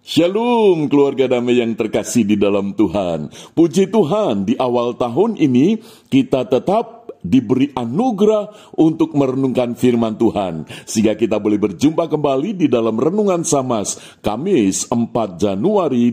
Shalom keluarga damai yang terkasih di dalam Tuhan. Puji Tuhan, di awal tahun ini kita tetap diberi anugerah untuk merenungkan firman Tuhan, sehingga kita boleh berjumpa kembali di dalam Renungan Samas Kamis 4 Januari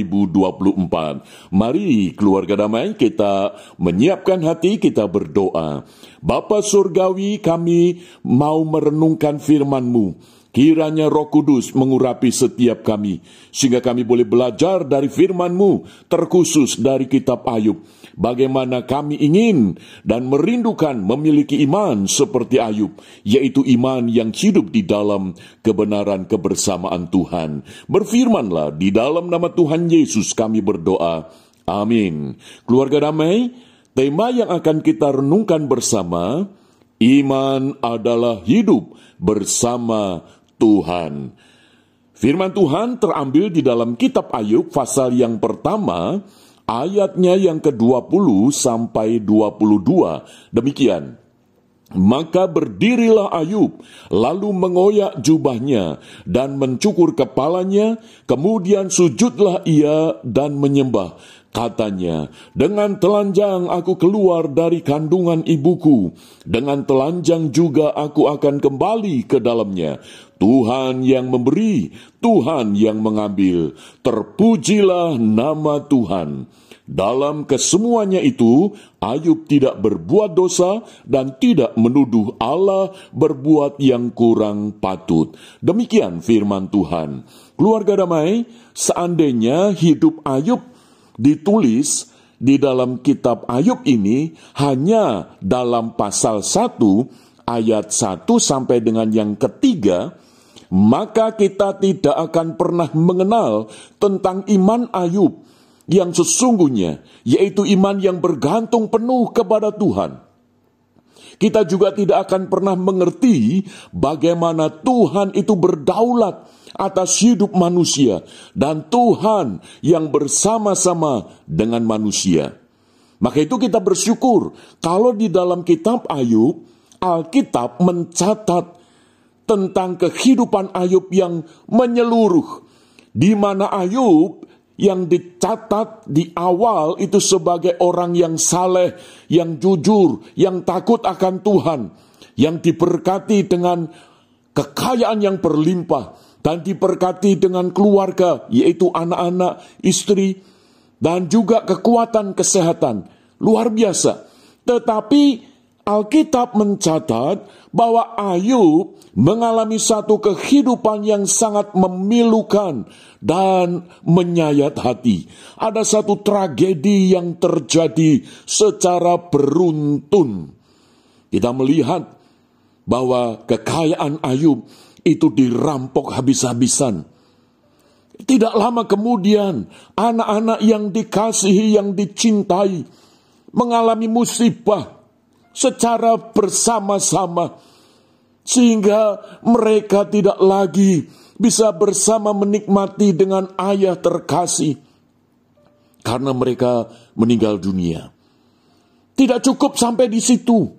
2024. Mari keluarga damai, kita menyiapkan hati, kita berdoa. Bapa Surgawi, kami mau merenungkan firman-Mu. Kiranya Roh Kudus mengurapi setiap kami, sehingga kami boleh belajar dari firman-Mu, terkhusus dari kitab Ayub. Bagaimana kami ingin dan merindukan memiliki iman seperti Ayub, yaitu iman yang hidup di dalam kebenaran kebersamaan Tuhan. Berfirmanlah, di dalam nama Tuhan Yesus kami berdoa. Amin. Keluarga damai, tema yang akan kita renungkan bersama, iman adalah hidup bersama Tuhan. Firman Tuhan terambil di dalam kitab Ayub pasal yang pertama, ayatnya yang ke-20 sampai 22. Demikian. Maka berdirilah Ayub, lalu mengoyak jubahnya dan mencukur kepalanya, kemudian sujudlah ia dan menyembah. Katanya, dengan telanjang aku keluar dari kandungan ibuku, dengan telanjang juga aku akan kembali ke dalamnya. Tuhan yang memberi, Tuhan yang mengambil. Terpujilah nama Tuhan. Dalam kesemuanya itu, Ayub tidak berbuat dosa dan tidak menuduh Allah berbuat yang kurang patut. Demikian firman Tuhan. Keluarga damai, seandainya hidup Ayub ditulis di dalam kitab Ayub ini hanya dalam pasal 1 ayat 1 sampai dengan yang ketiga, maka kita tidak akan pernah mengenal tentang iman Ayub yang sesungguhnya, yaitu iman yang bergantung penuh kepada Tuhan. Kita juga tidak akan pernah mengerti bagaimana Tuhan itu berdaulat atas hidup manusia, dan Tuhan yang bersama-sama dengan manusia. Maka itu kita bersyukur kalau di dalam kitab Ayub, Alkitab mencatat tentang kehidupan Ayub yang menyeluruh, di mana Ayub yang dicatat di awal itu sebagai orang yang saleh, yang jujur, yang takut akan Tuhan, yang diberkati dengan kekayaan yang berlimpah, dan diberkati dengan keluarga, yaitu anak-anak, istri, dan juga kekuatan kesehatan. Luar biasa. Tetapi Alkitab mencatat bahwa Ayub mengalami satu kehidupan yang sangat memilukan dan menyayat hati. Ada satu tragedi yang terjadi secara beruntun. Kita melihat bahwa kekayaan Ayub itu dirampok habis-habisan. Tidak lama kemudian, anak-anak yang dikasihi, yang dicintai, mengalami musibah secara bersama-sama, sehingga mereka tidak lagi bisa bersama menikmati dengan ayah terkasih, karena mereka meninggal dunia. Tidak cukup sampai di situ.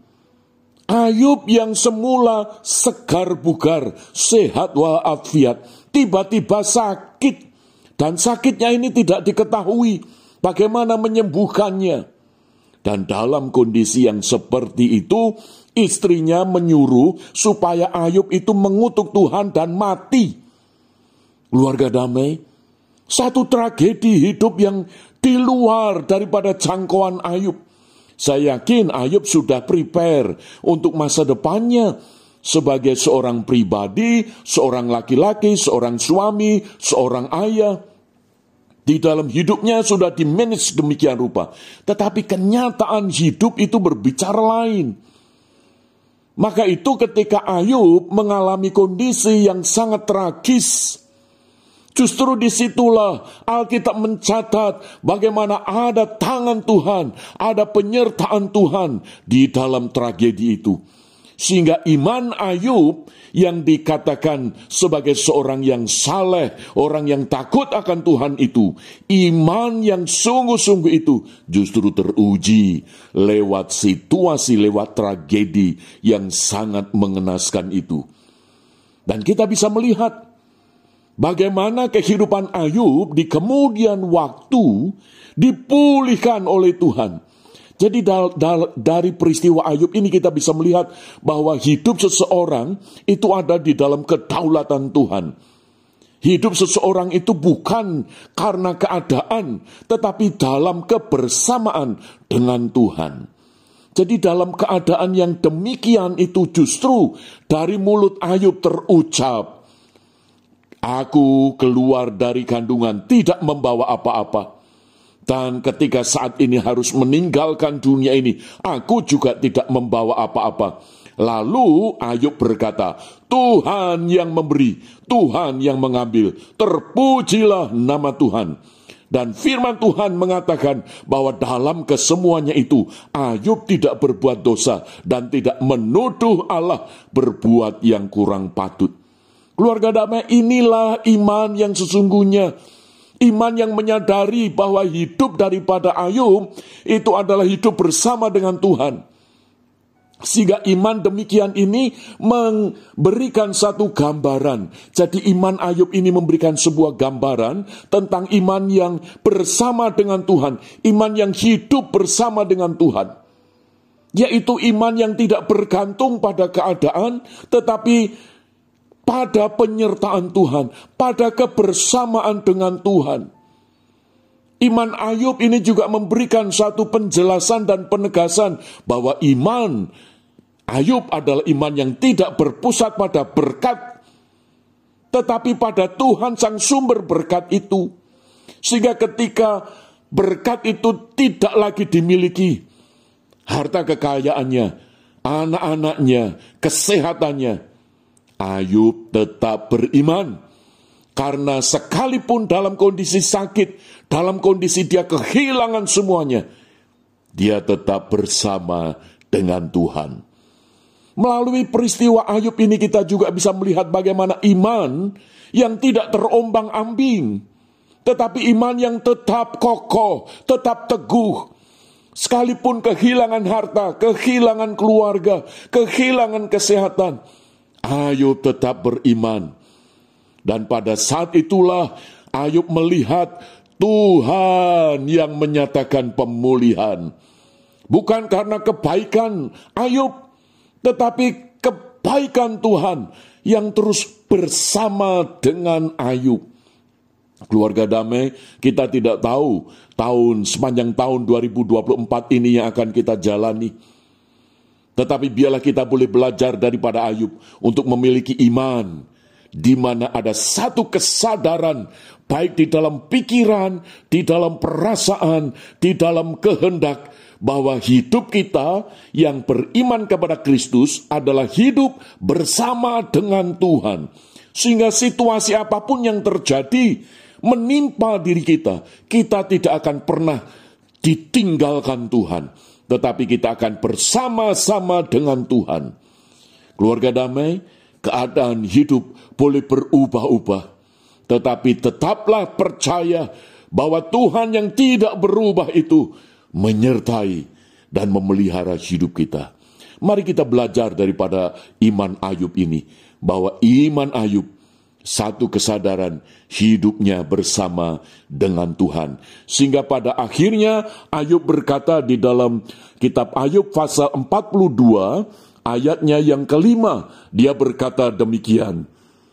Ayub yang semula segar bugar, sehat walafiat, tiba-tiba sakit. Dan sakitnya ini tidak diketahui bagaimana menyembuhkannya. Dan dalam kondisi yang seperti itu, istrinya menyuruh supaya Ayub itu mengutuk Tuhan dan mati. Keluarga damai, satu tragedi hidup yang di luar daripada jangkauan Ayub. Saya yakin Ayub sudah prepare untuk masa depannya sebagai seorang pribadi, seorang laki-laki, seorang suami, seorang ayah. Di dalam hidupnya sudah di-manage demikian rupa. Tetapi kenyataan hidup itu berbicara lain. Maka itu ketika Ayub mengalami kondisi yang sangat tragis, justru disitulah Alkitab mencatat bagaimana ada tangan Tuhan, ada penyertaan Tuhan di dalam tragedi itu. Sehingga iman Ayub yang dikatakan sebagai seorang yang saleh, orang yang takut akan Tuhan itu, iman yang sungguh-sungguh itu justru teruji lewat situasi, lewat tragedi yang sangat mengenaskan itu. Dan kita bisa melihat bagaimana kehidupan Ayub di kemudian waktu dipulihkan oleh Tuhan. Jadi dari peristiwa Ayub ini kita bisa melihat bahwa hidup seseorang itu ada di dalam kedaulatan Tuhan. Hidup seseorang itu bukan karena keadaan, tetapi dalam kebersamaan dengan Tuhan. Jadi dalam keadaan yang demikian itu justru dari mulut Ayub terucap, "Aku keluar dari kandungan tidak membawa apa-apa. Dan ketika saat ini harus meninggalkan dunia ini, aku juga tidak membawa apa-apa." Lalu Ayub berkata, "Tuhan yang memberi, Tuhan yang mengambil, terpujilah nama Tuhan." Dan firman Tuhan mengatakan bahwa dalam kesemuanya itu Ayub tidak berbuat dosa dan tidak menuduh Allah berbuat yang kurang patut. Keluarga damai, inilah iman yang sesungguhnya. Iman yang menyadari bahwa hidup daripada Ayub itu adalah hidup bersama dengan Tuhan. Sehingga iman demikian ini memberikan satu gambaran. Jadi iman Ayub ini memberikan sebuah gambaran tentang iman yang bersama dengan Tuhan. Iman yang hidup bersama dengan Tuhan. Yaitu iman yang tidak bergantung pada keadaan, tetapi pada penyertaan Tuhan, pada kebersamaan dengan Tuhan. Iman Ayub ini juga memberikan satu penjelasan dan penegasan bahwa iman Ayub adalah iman yang tidak berpusat pada berkat, tetapi pada Tuhan sang sumber berkat itu. Sehingga ketika berkat itu tidak lagi dimiliki, harta kekayaannya, anak-anaknya, kesehatannya, Ayub tetap beriman. Karena sekalipun dalam kondisi sakit, dalam kondisi dia kehilangan semuanya, dia tetap bersama dengan Tuhan. Melalui peristiwa Ayub ini kita juga bisa melihat bagaimana iman yang tidak terombang-ambing, tetapi iman yang tetap kokoh, tetap teguh. Sekalipun kehilangan harta, kehilangan keluarga, kehilangan kesehatan, Ayub tetap beriman. Dan pada saat itulah Ayub melihat Tuhan yang menyatakan pemulihan. Bukan karena kebaikan Ayub, tetapi kebaikan Tuhan yang terus bersama dengan Ayub. Keluarga damai, kita tidak tahu sepanjang tahun 2024 ini yang akan kita jalani. Tetapi biarlah kita boleh belajar daripada Ayub untuk memiliki iman, di mana ada satu kesadaran, baik di dalam pikiran, di dalam perasaan, di dalam kehendak, bahwa hidup kita yang beriman kepada Kristus adalah hidup bersama dengan Tuhan. Sehingga situasi apapun yang terjadi menimpa diri kita, kita tidak akan pernah ditinggalkan Tuhan, tetapi kita akan bersama-sama dengan Tuhan. Keluarga damai, keadaan hidup boleh berubah-ubah, tetapi tetaplah percaya bahwa Tuhan yang tidak berubah itu menyertai dan memelihara hidup kita. Mari kita belajar daripada iman Ayub ini, bahwa iman Ayub satu kesadaran hidupnya bersama dengan Tuhan. Sehingga pada akhirnya Ayub berkata di dalam kitab Ayub pasal 42 ayatnya yang kelima, dia berkata demikian,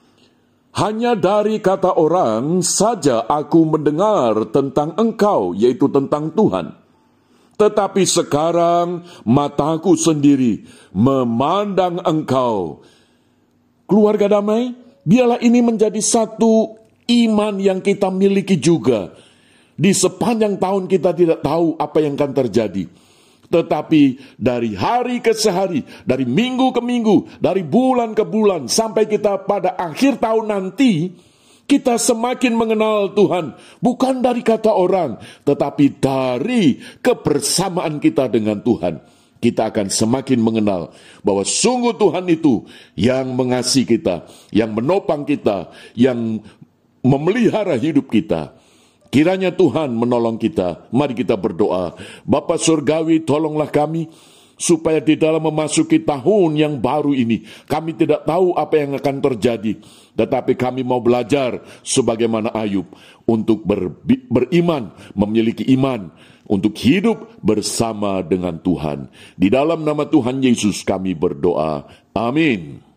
"Hanya dari kata orang saja aku mendengar tentang Engkau," yaitu tentang Tuhan. "Tetapi sekarang mataku sendiri memandang Engkau." Keluarga damai, biarlah ini menjadi satu iman yang kita miliki juga. Di sepanjang tahun kita tidak tahu apa yang akan terjadi. Tetapi dari hari ke hari, dari minggu ke minggu, dari bulan ke bulan, sampai kita pada akhir tahun nanti, kita semakin mengenal Tuhan. Bukan dari kata orang, tetapi dari kebersamaan kita dengan Tuhan. Kita akan semakin mengenal bahwa sungguh Tuhan itu yang mengasihi kita, yang menopang kita, yang memelihara hidup kita. Kiranya Tuhan menolong kita. Mari kita berdoa. Bapa Surgawi, tolonglah kami supaya di dalam memasuki tahun yang baru ini, kami tidak tahu apa yang akan terjadi, tetapi kami mau belajar sebagaimana Ayub untuk beriman, memiliki iman, untuk hidup bersama dengan Tuhan. Di dalam nama Tuhan Yesus kami berdoa. Amin.